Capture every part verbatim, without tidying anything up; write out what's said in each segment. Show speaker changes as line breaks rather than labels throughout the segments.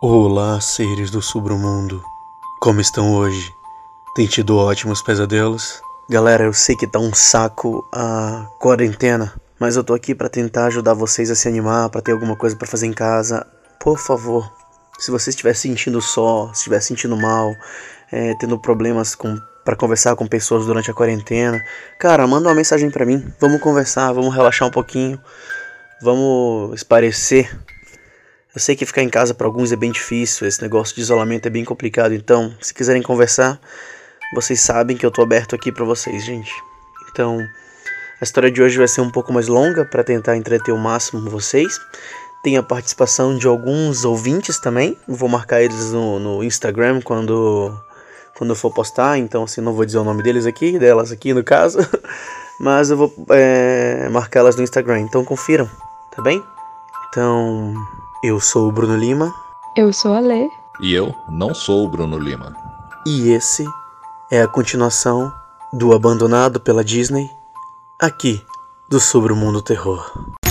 Olá, seres do submundo. Como estão hoje? Tem tido ótimos pesadelos? Galera, eu sei que tá um saco a quarentena, mas eu tô aqui pra tentar ajudar vocês a se animar, pra ter alguma coisa pra fazer em casa. Por favor, se você estiver sentindo só, se estiver sentindo mal, é, tendo problemas com, pra conversar com pessoas durante a quarentena, cara, manda uma mensagem pra mim. Vamos conversar, vamos relaxar um pouquinho, vamos esparecer. Eu sei que ficar em casa para alguns é bem difícil, esse negócio de isolamento é bem complicado, então, se quiserem conversar, vocês sabem que eu tô aberto aqui para vocês, gente. Então, a história de hoje vai ser um pouco mais longa para tentar entreter o máximo vocês. Tem a participação de alguns ouvintes também, vou marcar eles no, no Instagram quando, quando eu for postar, então assim, não vou dizer o nome deles aqui, delas aqui no caso, mas eu vou é, marcá-las no Instagram, então confiram, tá bem? Então... Eu sou o Bruno Lima.
Eu sou a Lê.
E eu não sou o Bruno Lima.
E esse é a continuação do Abandonado pela Disney, aqui do Submundo Terror.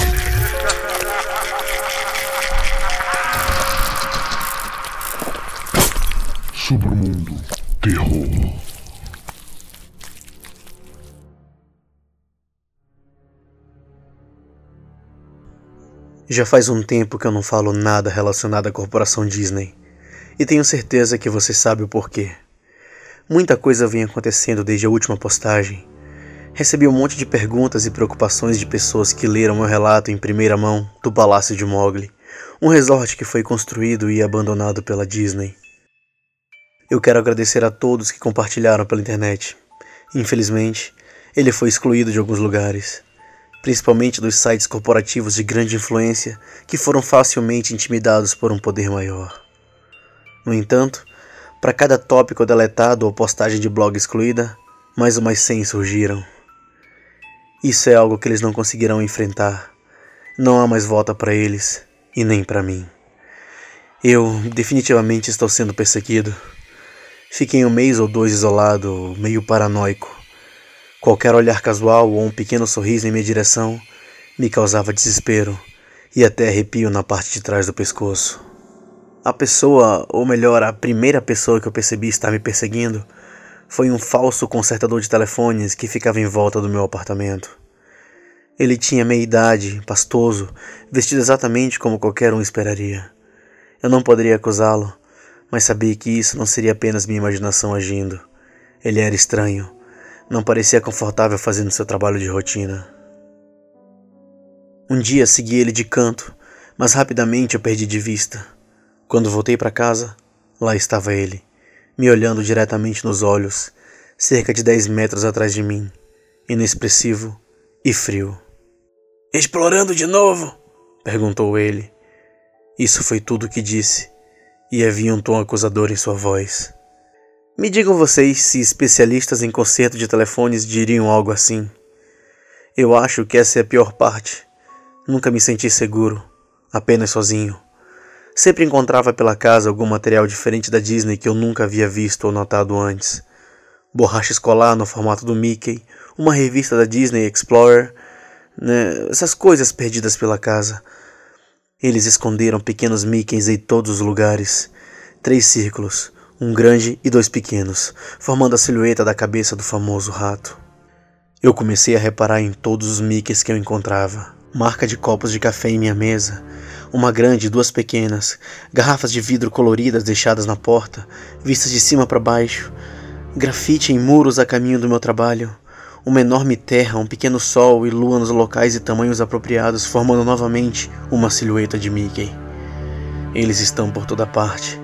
Submundo Terror.
Já faz um tempo que eu não falo nada relacionado à corporação Disney, e tenho certeza que você sabe o porquê. Muita coisa vem acontecendo desde a última postagem. Recebi um monte de perguntas e preocupações de pessoas que leram meu relato em primeira mão do Palácio de Mowgli, um resort que foi construído e abandonado pela Disney. Eu quero agradecer a todos que compartilharam pela internet. Infelizmente, ele foi excluído de alguns lugares, principalmente dos sites corporativos de grande influência que foram facilmente intimidados por um poder maior. No entanto, para cada tópico deletado ou postagem de blog excluída, mais umas cem surgiram. Isso é algo que eles não conseguirão enfrentar. Não há mais volta para eles, e nem para mim. Eu definitivamente estou sendo perseguido. Fiquei um mês ou dois isolado, meio paranoico. Qualquer olhar casual ou um pequeno sorriso em minha direção me causava desespero e até arrepio na parte de trás do pescoço. A pessoa, ou melhor, a primeira pessoa que eu percebi estar me perseguindo foi um falso consertador de telefones que ficava em volta do meu apartamento. Ele tinha meia idade, pastoso, vestido exatamente como qualquer um esperaria. Eu não poderia acusá-lo, mas sabia que isso não seria apenas minha imaginação agindo. Ele era estranho. Não parecia confortável fazendo seu trabalho de rotina. Um dia segui ele de canto, mas rapidamente eu perdi de vista. Quando voltei para casa, lá estava ele, me olhando diretamente nos olhos, cerca de dez metros atrás de mim, inexpressivo e frio. "Explorando de novo?" perguntou ele. Isso foi tudo o que disse, e havia um tom acusador em sua voz. Me digam vocês se especialistas em conserto de telefones diriam algo assim. Eu acho que essa é a pior parte. Nunca me senti seguro, apenas sozinho. Sempre encontrava pela casa algum material diferente da Disney que eu nunca havia visto ou notado antes. Borracha escolar no formato do Mickey, uma revista da Disney Explorer, né, essas coisas perdidas pela casa. Eles esconderam pequenos Mickeys em todos os lugares. Três círculos. Um grande e dois pequenos, formando a silhueta da cabeça do famoso rato. Eu comecei a reparar em todos os Mickeys que eu encontrava. Marca de copos de café em minha mesa, uma grande e duas pequenas, garrafas de vidro coloridas deixadas na porta, vistas de cima para baixo, grafite em muros a caminho do meu trabalho, uma enorme terra, um pequeno sol e lua nos locais e tamanhos apropriados, formando novamente uma silhueta de Mickey. Eles estão por toda parte.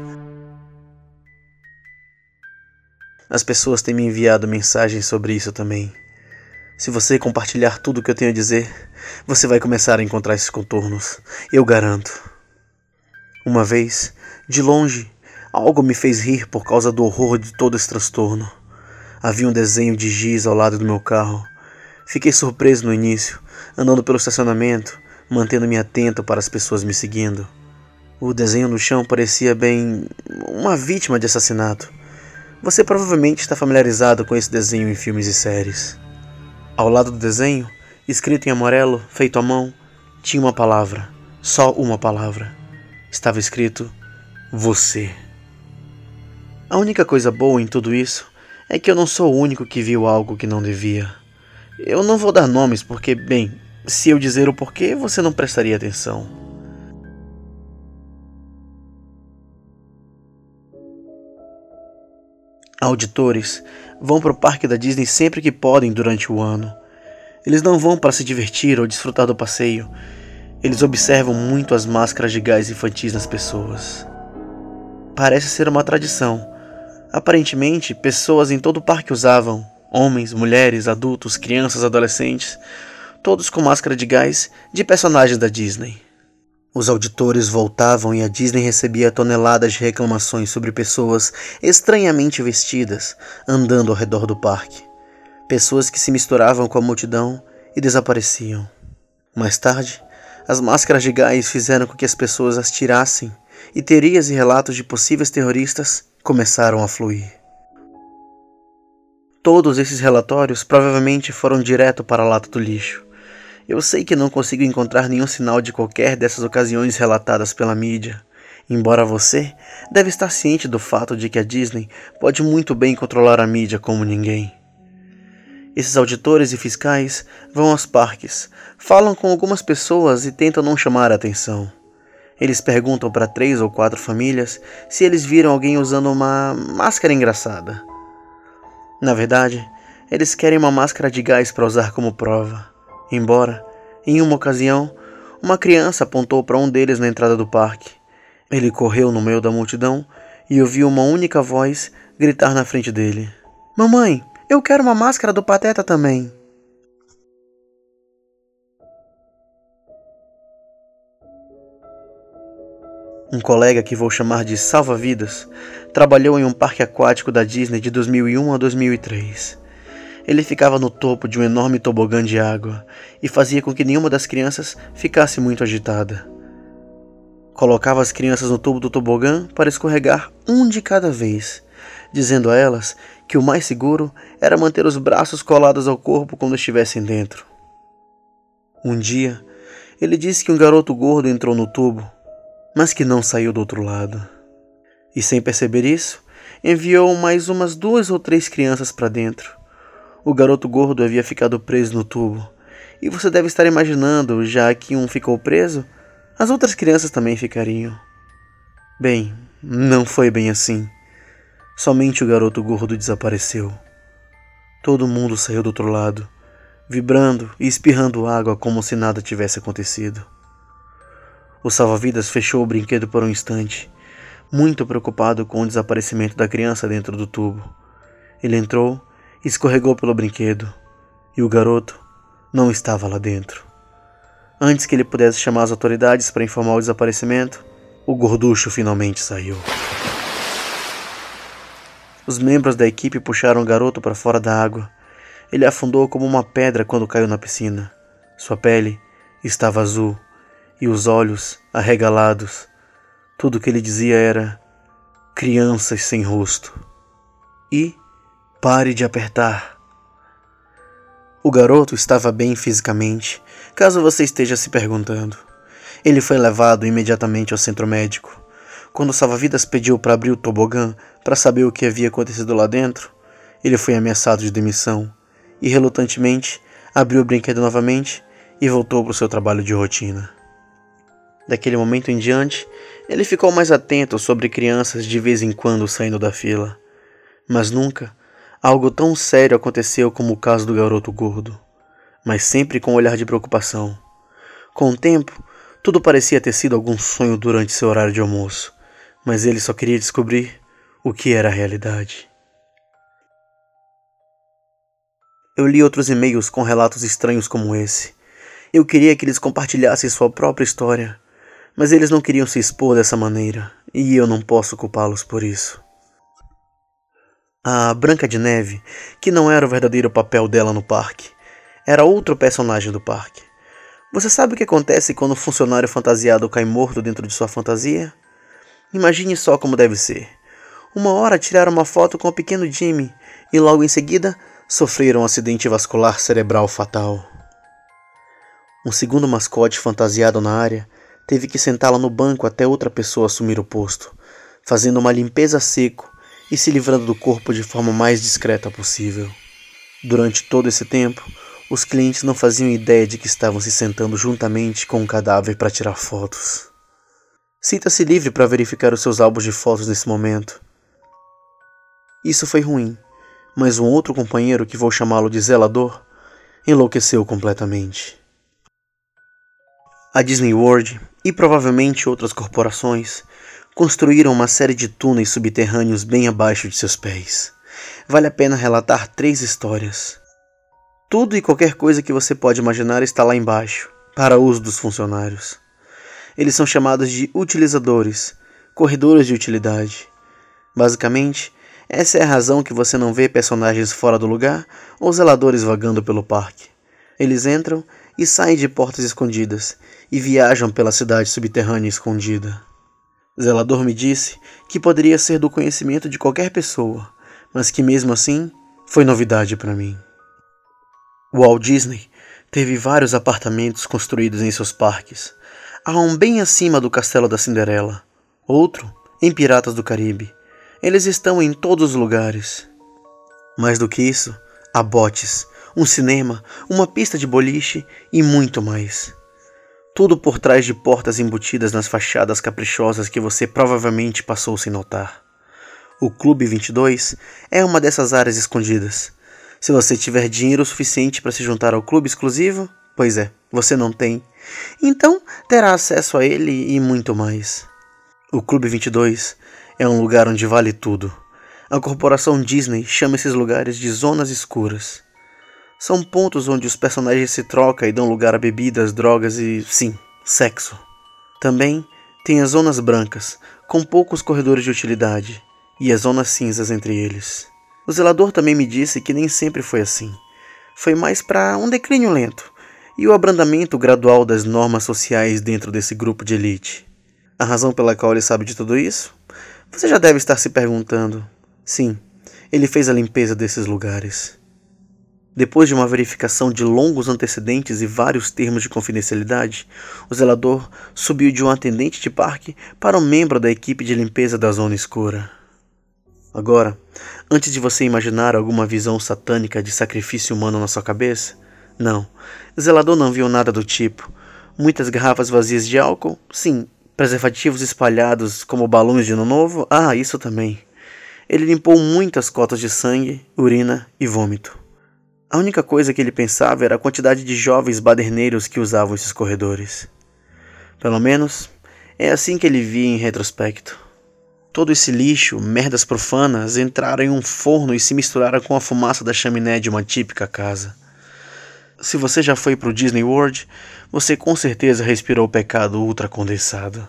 As pessoas têm me enviado mensagens sobre isso também. Se você compartilhar tudo o que eu tenho a dizer, você vai começar a encontrar esses contornos. Eu garanto. Uma vez, de longe, algo me fez rir por causa do horror de todo esse transtorno. Havia um desenho de giz ao lado do meu carro. Fiquei surpreso no início, andando pelo estacionamento, mantendo-me atento para as pessoas me seguindo. O desenho no chão parecia bem uma vítima de assassinato. Você provavelmente está familiarizado com esse desenho em filmes e séries. Ao lado do desenho, escrito em amarelo, feito à mão, tinha uma palavra, só uma palavra. Estava escrito Você. A única coisa boa em tudo isso é que eu não sou o único que viu algo que não devia. Eu não vou dar nomes porque, bem, se eu dizer o porquê, você não prestaria atenção. Auditores vão para o parque da Disney sempre que podem durante o ano. Eles não vão para se divertir ou desfrutar do passeio. Eles observam muito as máscaras de gás infantis nas pessoas. Parece ser uma tradição. Aparentemente, pessoas em todo o parque usavam. Homens, mulheres, adultos, crianças, adolescentes. Todos com máscara de gás de personagens da Disney. Os auditores voltavam e a Disney recebia toneladas de reclamações sobre pessoas estranhamente vestidas andando ao redor do parque. Pessoas que se misturavam com a multidão e desapareciam. Mais tarde, as máscaras de gás fizeram com que as pessoas as tirassem e teorias e relatos de possíveis terroristas começaram a fluir. Todos esses relatórios provavelmente foram direto para a lata do lixo. Eu sei que não consigo encontrar nenhum sinal de qualquer dessas ocasiões relatadas pela mídia, embora você deve estar ciente do fato de que a Disney pode muito bem controlar a mídia como ninguém. Esses auditores e fiscais vão aos parques, falam com algumas pessoas e tentam não chamar a atenção. Eles perguntam para três ou quatro famílias se eles viram alguém usando uma máscara engraçada. Na verdade, eles querem uma máscara de gás para usar como prova. Embora, em uma ocasião, uma criança apontou para um deles na entrada do parque. Ele correu no meio da multidão e ouviu uma única voz gritar na frente dele: "Mamãe, eu quero uma máscara do Pateta também." Um colega que vou chamar de salva-vidas trabalhou em um parque aquático da Disney de dois mil e um a dois mil e três. Ele ficava no topo de um enorme tobogã de água e fazia com que nenhuma das crianças ficasse muito agitada. Colocava as crianças no tubo do tobogã para escorregar um de cada vez, dizendo a elas que o mais seguro era manter os braços colados ao corpo quando estivessem dentro. Um dia, ele disse que um garoto gordo entrou no tubo, mas que não saiu do outro lado. E sem perceber isso, enviou mais umas duas ou três crianças para dentro. O garoto gordo havia ficado preso no tubo, e você deve estar imaginando, já que um ficou preso, as outras crianças também ficariam. Bem, não foi bem assim. Somente o garoto gordo desapareceu. Todo mundo saiu do outro lado, vibrando e espirrando água como se nada tivesse acontecido. O salva-vidas fechou o brinquedo por um instante, muito preocupado com o desaparecimento da criança dentro do tubo. Ele entrou e escorregou pelo brinquedo, e o garoto não estava lá dentro. Antes que ele pudesse chamar as autoridades para informar o desaparecimento, o gorducho finalmente saiu. Os membros da equipe puxaram o garoto para fora da água. Ele afundou como uma pedra quando caiu na piscina. Sua pele estava azul e os olhos arregalados. Tudo o que ele dizia era: "Crianças sem rosto." E "Pare de apertar." O garoto estava bem fisicamente, caso você esteja se perguntando. Ele foi levado imediatamente ao centro médico. Quando o salva-vidas pediu para abrir o tobogã para saber o que havia acontecido lá dentro, ele foi ameaçado de demissão e, relutantemente, abriu o brinquedo novamente e voltou para o seu trabalho de rotina. Daquele momento em diante, ele ficou mais atento sobre crianças de vez em quando saindo da fila. Mas nunca algo tão sério aconteceu como o caso do garoto gordo, mas sempre com um olhar de preocupação. Com o tempo, tudo parecia ter sido algum sonho durante seu horário de almoço, mas ele só queria descobrir o que era a realidade. Eu li outros e-mails com relatos estranhos como esse. Eu queria que eles compartilhassem sua própria história, mas eles não queriam se expor dessa maneira, e eu não posso culpá-los por isso. A Branca de Neve, que não era o verdadeiro papel dela no parque, era outro personagem do parque. Você sabe o que acontece quando um funcionário fantasiado cai morto dentro de sua fantasia? Imagine só como deve ser. Uma hora tiraram uma foto com o pequeno Jimmy e logo em seguida sofreram um acidente vascular cerebral fatal. Um segundo mascote fantasiado na área teve que sentá-la no banco até outra pessoa assumir o posto, fazendo uma limpeza a seco e se livrando do corpo de forma mais discreta possível. Durante todo esse tempo, os clientes não faziam ideia de que estavam se sentando juntamente com um cadáver para tirar fotos. Sinta-se livre para verificar os seus álbuns de fotos nesse momento. Isso foi ruim, mas um outro companheiro, que vou chamá-lo de zelador, enlouqueceu completamente. A Disney World e provavelmente outras corporações construíram uma série de túneis subterrâneos bem abaixo de seus pés. Vale a pena relatar três histórias. Tudo e qualquer coisa que você pode imaginar está lá embaixo, para uso dos funcionários. Eles são chamados de utilizadores, corredores de utilidade. Basicamente, essa é a razão que você não vê personagens fora do lugar ou zeladores vagando pelo parque. Eles entram e saem de portas escondidas e viajam pela cidade subterrânea escondida. Zelador me disse que poderia ser do conhecimento de qualquer pessoa, mas que mesmo assim foi novidade para mim. O Walt Disney teve vários apartamentos construídos em seus parques. Há um bem acima do Castelo da Cinderela, outro em Piratas do Caribe. Eles estão em todos os lugares. Mais do que isso, há botes, um cinema, uma pista de boliche e muito mais. Tudo por trás de portas embutidas nas fachadas caprichosas que você provavelmente passou sem notar. O Clube vinte e dois é uma dessas áreas escondidas. Se você tiver dinheiro suficiente para se juntar ao clube exclusivo, pois é, você não tem, então terá acesso a ele e muito mais. O Clube vinte e dois é um lugar onde vale tudo. A corporação Disney chama esses lugares de zonas escuras. São pontos onde os personagens se trocam e dão lugar a bebidas, drogas e, sim, sexo. Também tem as zonas brancas, com poucos corredores de utilidade, e as zonas cinzas entre eles. O zelador também me disse que nem sempre foi assim. Foi mais para um declínio lento e o abrandamento gradual das normas sociais dentro desse grupo de elite. A razão pela qual ele sabe de tudo isso? Você já deve estar se perguntando. Sim, ele fez a limpeza desses lugares. Depois de uma verificação de longos antecedentes e vários termos de confidencialidade, o zelador subiu de um atendente de parque para um membro da equipe de limpeza da zona escura. Agora, antes de você imaginar alguma visão satânica de sacrifício humano na sua cabeça, não, o zelador não viu nada do tipo. Muitas garrafas vazias de álcool, sim, preservativos espalhados como balões de ano novo, ah, isso também. Ele limpou muitas cotas de sangue, urina e vômito. A única coisa que ele pensava era a quantidade de jovens baderneiros que usavam esses corredores. Pelo menos, é assim que ele via em retrospecto. Todo esse lixo, merdas profanas, entraram em um forno e se misturaram com a fumaça da chaminé de uma típica casa. Se você já foi para o Disney World, você com certeza respirou o pecado ultracondensado.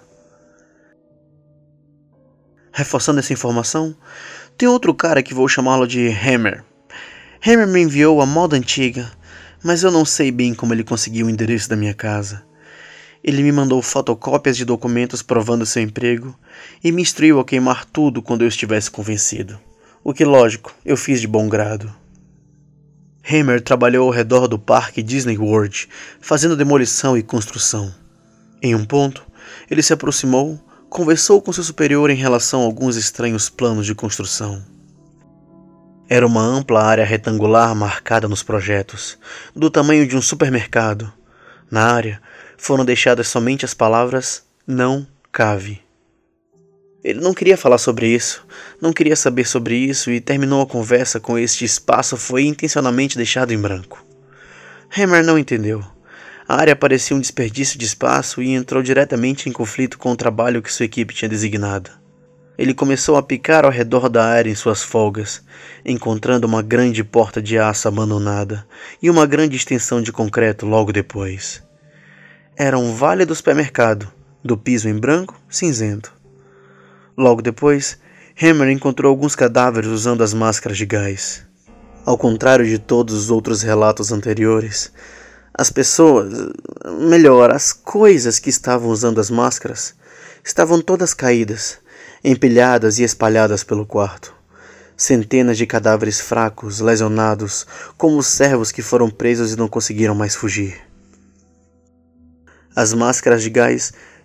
Reforçando essa informação, tem outro cara que vou chamá-lo de Hammer. Hammer me enviou a moda antiga, mas eu não sei bem como ele conseguiu o endereço da minha casa. Ele me mandou fotocópias de documentos provando seu emprego e me instruiu a queimar tudo quando eu estivesse convencido. O que, lógico, eu fiz de bom grado. Hammer trabalhou ao redor do parque Disney World, fazendo demolição e construção. Em um ponto, ele se aproximou, conversou com seu superior em relação a alguns estranhos planos de construção. Era uma ampla área retangular marcada nos projetos, do tamanho de um supermercado. Na área, foram deixadas somente as palavras "não cave". Ele não queria falar sobre isso, não queria saber sobre isso e terminou a conversa com este espaço foi intencionalmente deixado em branco. Hammer não entendeu. A área parecia um desperdício de espaço e entrou diretamente em conflito com o trabalho que sua equipe tinha designado. Ele começou a picar ao redor da área em suas folgas, encontrando uma grande porta de aço abandonada e uma grande extensão de concreto logo depois. Era um vale do supermercado, do piso em branco, cinzento. Logo depois, Hammer encontrou alguns cadáveres usando as máscaras de gás. Ao contrário de todos os outros relatos anteriores, as pessoas, melhor, as coisas que estavam usando as máscaras, estavam todas caídas, empilhadas e espalhadas pelo quarto. Centenas de cadáveres fracos, lesionados, como os servos que foram presos e não conseguiram mais fugir. As máscaras de gás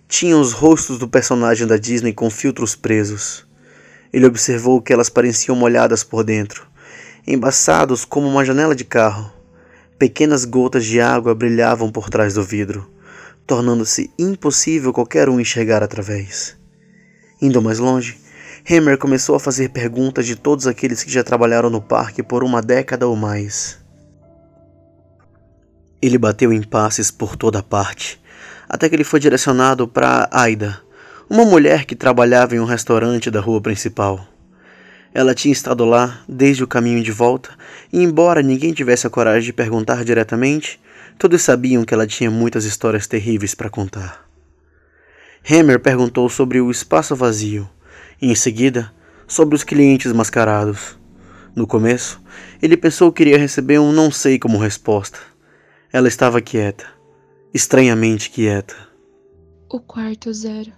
tinham os rostos do personagem da Disney com filtros presos. Ele observou que elas pareciam molhadas por dentro, embaçados como uma janela de carro. Pequenas gotas de água brilhavam por trás do vidro, tornando-se impossível qualquer um enxergar através. Indo mais longe, Hammer começou a fazer perguntas de todos aqueles que já trabalharam no parque por uma década ou mais. Ele bateu em passes por toda parte, até que ele foi direcionado para Aida, uma mulher que trabalhava em um restaurante da rua principal. Ela tinha estado lá desde o caminho de volta, e embora ninguém tivesse a coragem de perguntar diretamente, todos sabiam que ela tinha muitas histórias terríveis para contar. Hammer perguntou sobre o espaço vazio, e em seguida, sobre os clientes mascarados. No começo, ele pensou que iria receber um não sei como resposta. Ela estava quieta, estranhamente quieta.
O quarto zero.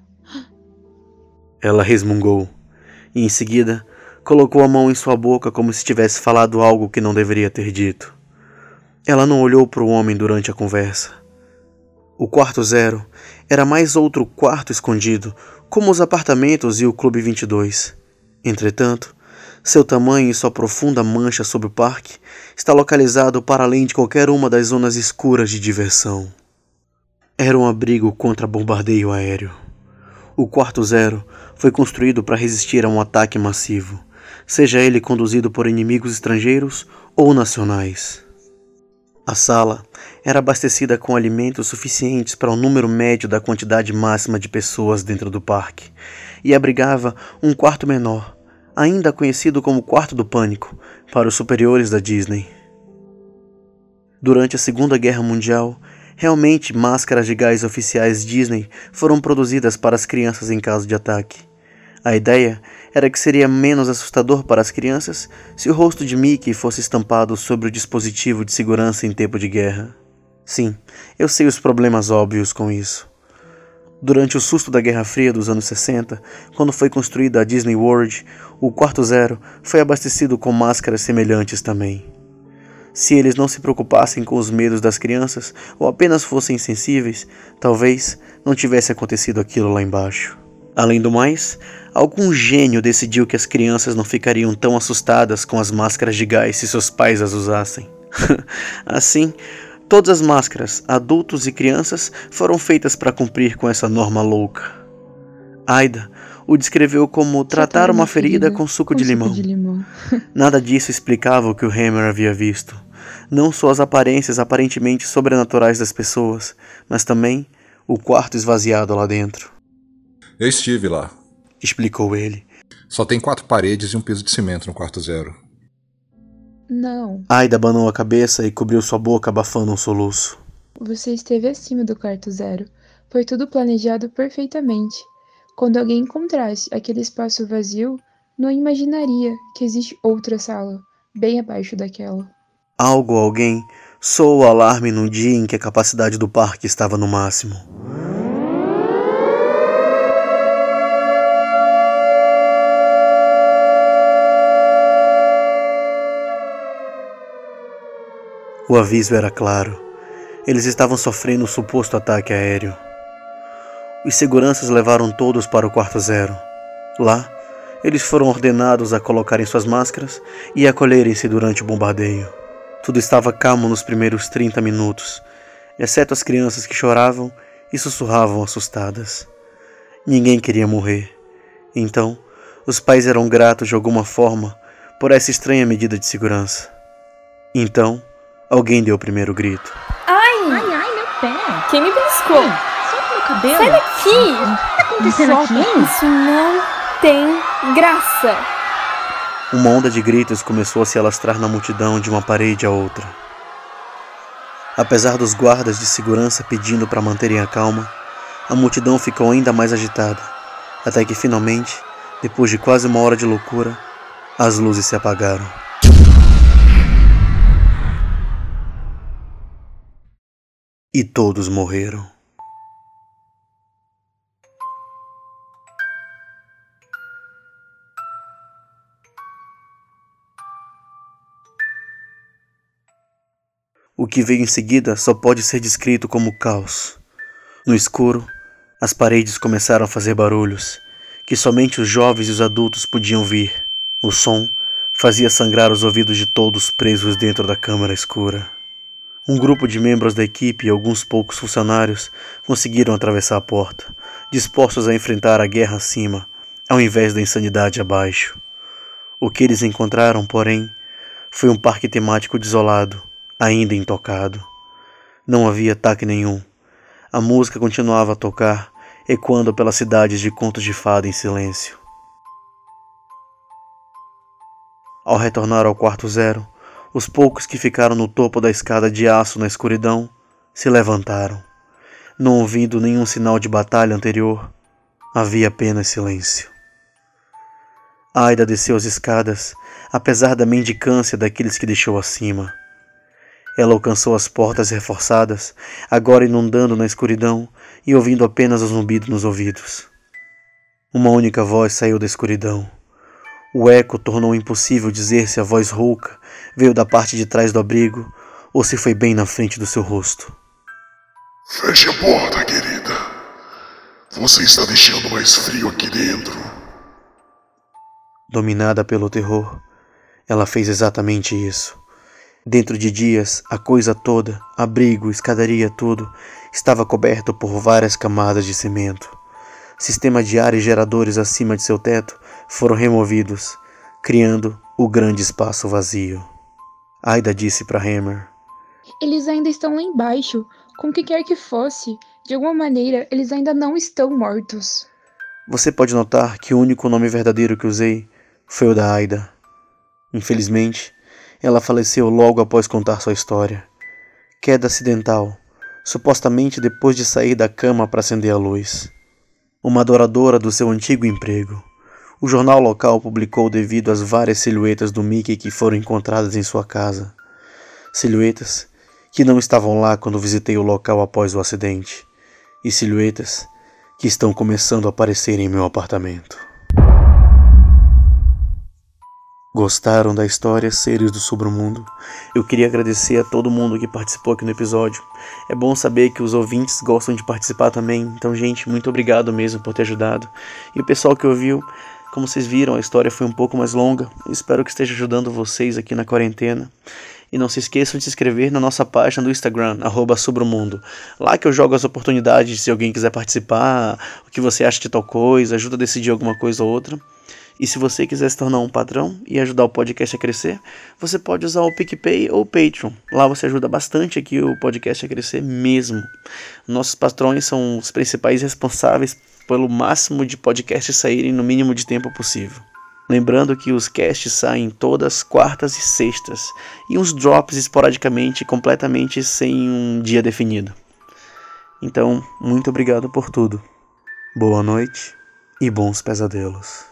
Ela resmungou, e em seguida, colocou a mão em sua boca como se tivesse falado algo que não deveria ter dito. Ela não olhou para o homem durante a conversa. O quarto zero era mais outro quarto escondido, como os apartamentos e o Clube vinte e dois. Entretanto, seu tamanho e sua profunda mancha sobre o parque está localizado para além de qualquer uma das zonas escuras de diversão. Era um abrigo contra bombardeio aéreo. O quarto zero foi construído para resistir a um ataque massivo, seja ele conduzido por inimigos estrangeiros ou nacionais. A sala era abastecida com alimentos suficientes para um número médio da quantidade máxima de pessoas dentro do parque, e abrigava um quarto menor, ainda conhecido como Quarto do Pânico, para os superiores da Disney. Durante a Segunda Guerra Mundial, realmente máscaras de gás oficiais Disney foram produzidas para as crianças em caso de ataque. A ideia era que seria menos assustador para as crianças se o rosto de Mickey fosse estampado sobre o dispositivo de segurança em tempo de guerra. Sim, eu sei os problemas óbvios com isso. Durante o susto da Guerra Fria dos anos sessenta, quando foi construída a Disney World, o Quarto Zero foi abastecido com máscaras semelhantes também. Se eles não se preocupassem com os medos das crianças ou apenas fossem insensíveis, talvez não tivesse acontecido aquilo lá embaixo. Além do mais, algum gênio decidiu que as crianças não ficariam tão assustadas com as máscaras de gás se seus pais as usassem. Assim, todas as máscaras, adultos e crianças, foram feitas para cumprir com essa norma louca. Aida o descreveu como tratar uma ferida com suco de limão.
de limão.
Nada disso explicava o que o Hammer havia visto. Não só as aparências aparentemente sobrenaturais das pessoas, mas também o quarto esvaziado lá dentro.
Eu estive lá.
Explicou ele.
Só tem quatro paredes e um piso de cimento no quarto zero.
Não,
Aida abanou a cabeça e cobriu sua boca, abafando um soluço.
você esteve acima do quarto zero. Foi tudo planejado perfeitamente. Quando alguém encontrasse aquele espaço vazio, não imaginaria que existe outra sala, bem abaixo daquela.
Algo ou alguém soou o alarme no dia em que a capacidade do parque estava no máximo. O aviso era claro. Eles estavam sofrendo um suposto ataque aéreo. Os seguranças levaram todos para o quarto zero. Lá, eles foram ordenados a colocarem suas máscaras e acolherem-se durante o bombardeio. Tudo estava calmo nos primeiros trinta minutos, exceto as crianças que choravam e sussurravam assustadas. Ninguém queria morrer. Então, os pais eram gratos de alguma forma por essa estranha medida de segurança. Então, alguém deu o primeiro grito.
Ai,
Ai, ai, meu pé.
quem me beliscou?
Solta meu cabelo.
Sai daqui!
O que tá acontecendo aqui?
Isso não tem graça.
Uma onda de gritos começou a se alastrar na multidão de uma parede a outra. Apesar dos guardas de segurança pedindo para manterem a calma, a multidão ficou ainda mais agitada, até que finalmente, depois de quase uma hora de loucura, as luzes se apagaram. E todos morreram. O que veio em seguida só pode ser descrito como caos. No escuro, As paredes começaram a fazer barulhos, que somente os jovens e os adultos podiam ouvir. O som fazia sangrar os ouvidos de todos presos dentro da câmara escura. Um grupo de membros da equipe e alguns poucos funcionários conseguiram atravessar a porta, dispostos a enfrentar a guerra acima, ao invés da insanidade abaixo. O que eles encontraram, porém, foi um parque temático desolado, ainda intocado. Não havia ataque nenhum. A música continuava a tocar, ecoando pelas cidades de contos de fada em silêncio. Ao retornar ao quarto zero, os poucos que ficaram no topo da escada de aço na escuridão se levantaram. Não ouvindo nenhum sinal de batalha anterior, havia apenas silêncio. Aida desceu as escadas, apesar da mendicância daqueles que deixou acima. Ela alcançou as portas reforçadas, agora inundando na escuridão e ouvindo apenas o zumbido nos ouvidos. Uma única voz saiu da escuridão. O eco tornou impossível dizer se a voz rouca veio da parte de trás do abrigo ou se foi bem na frente do seu rosto.
Feche a porta, querida. Você está deixando mais frio aqui dentro.
Dominada pelo terror, ela fez exatamente isso. Dentro de dias, a coisa toda, abrigo, escadaria, tudo, estava coberto por várias camadas de cimento. Sistema de ar e geradores acima de seu teto foram removidos, criando o grande espaço vazio. Aida disse para Hammer:
Eles ainda estão lá embaixo, com o que quer que fosse. De alguma maneira, eles ainda não estão mortos.
Você pode notar que o único nome verdadeiro que usei foi o da Aida. Infelizmente, ela faleceu logo após contar sua história. Queda acidental, supostamente depois de sair da cama para acender a luz. Uma adoradora do seu antigo emprego. O jornal local publicou devido às várias silhuetas do Mickey que foram encontradas em sua casa. Silhuetas que não estavam lá quando visitei o local após o acidente. E silhuetas que estão começando a aparecer em meu apartamento. Gostaram da história Seres do Submundo? Eu queria agradecer a todo mundo que participou aqui no episódio. É bom saber que os ouvintes gostam de participar também. Então, gente, muito obrigado mesmo por ter ajudado. E o pessoal que ouviu, como vocês viram, a história foi um pouco mais longa. Eu espero que esteja ajudando vocês aqui na quarentena. E não se esqueçam de se inscrever na nossa página do Instagram, arroba Submundo. Lá que eu jogo as oportunidades, se alguém quiser participar, o que você acha de tal coisa, ajuda a decidir alguma coisa ou outra. E se você quiser se tornar um patrão e ajudar o podcast a crescer, você pode usar o PicPay ou o Patreon. Lá você ajuda bastante aqui o podcast a crescer mesmo. Nossos patrões são os principais responsáveis pelo máximo de podcasts saírem no mínimo de tempo possível. Lembrando que os casts saem todas quartas e sextas, e uns drops esporadicamente, completamente sem um dia definido. Então, muito obrigado por tudo. Boa noite e bons pesadelos.